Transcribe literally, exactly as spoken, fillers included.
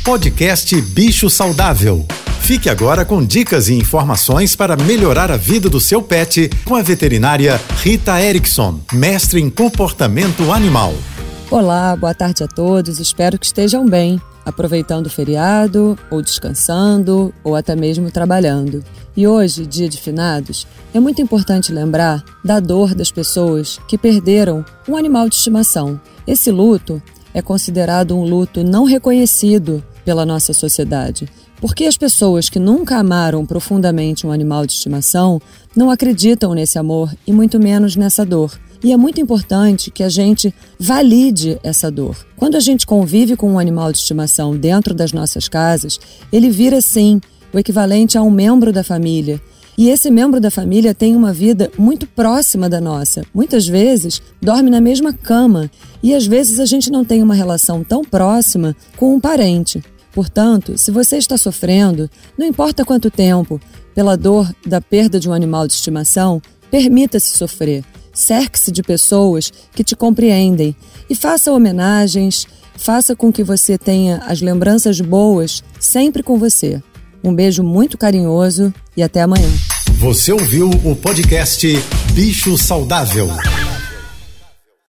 Podcast Bicho Saudável. Fique agora com dicas e informações para melhorar a vida do seu pet com a veterinária Rita Erickson, mestre em comportamento animal. Olá, boa tarde a todos, espero que estejam bem, aproveitando o feriado, ou descansando, ou até mesmo trabalhando. E hoje, dia de finados, é muito importante lembrar da dor das pessoas que perderam um animal de estimação. Esse luto é considerado um luto não reconhecido pela nossa sociedade, porque as pessoas que nunca amaram profundamente um animal de estimação não acreditam nesse amor e muito menos nessa dor. E é muito importante que a gente valide essa dor. Quando a gente convive com um animal de estimação dentro das nossas casas, ele vira, sim, o equivalente a um membro da família. E esse membro da família tem uma vida muito próxima da nossa. Muitas vezes, dorme na mesma cama. E às vezes a gente não tem uma relação tão próxima com um parente. Portanto, se você está sofrendo, não importa quanto tempo, pela dor da perda de um animal de estimação, permita-se sofrer. Cerque-se de pessoas que te compreendem e faça homenagens, faça com que você tenha as lembranças boas sempre com você. Um beijo muito carinhoso e até amanhã. Você ouviu o podcast Bicho Saudável.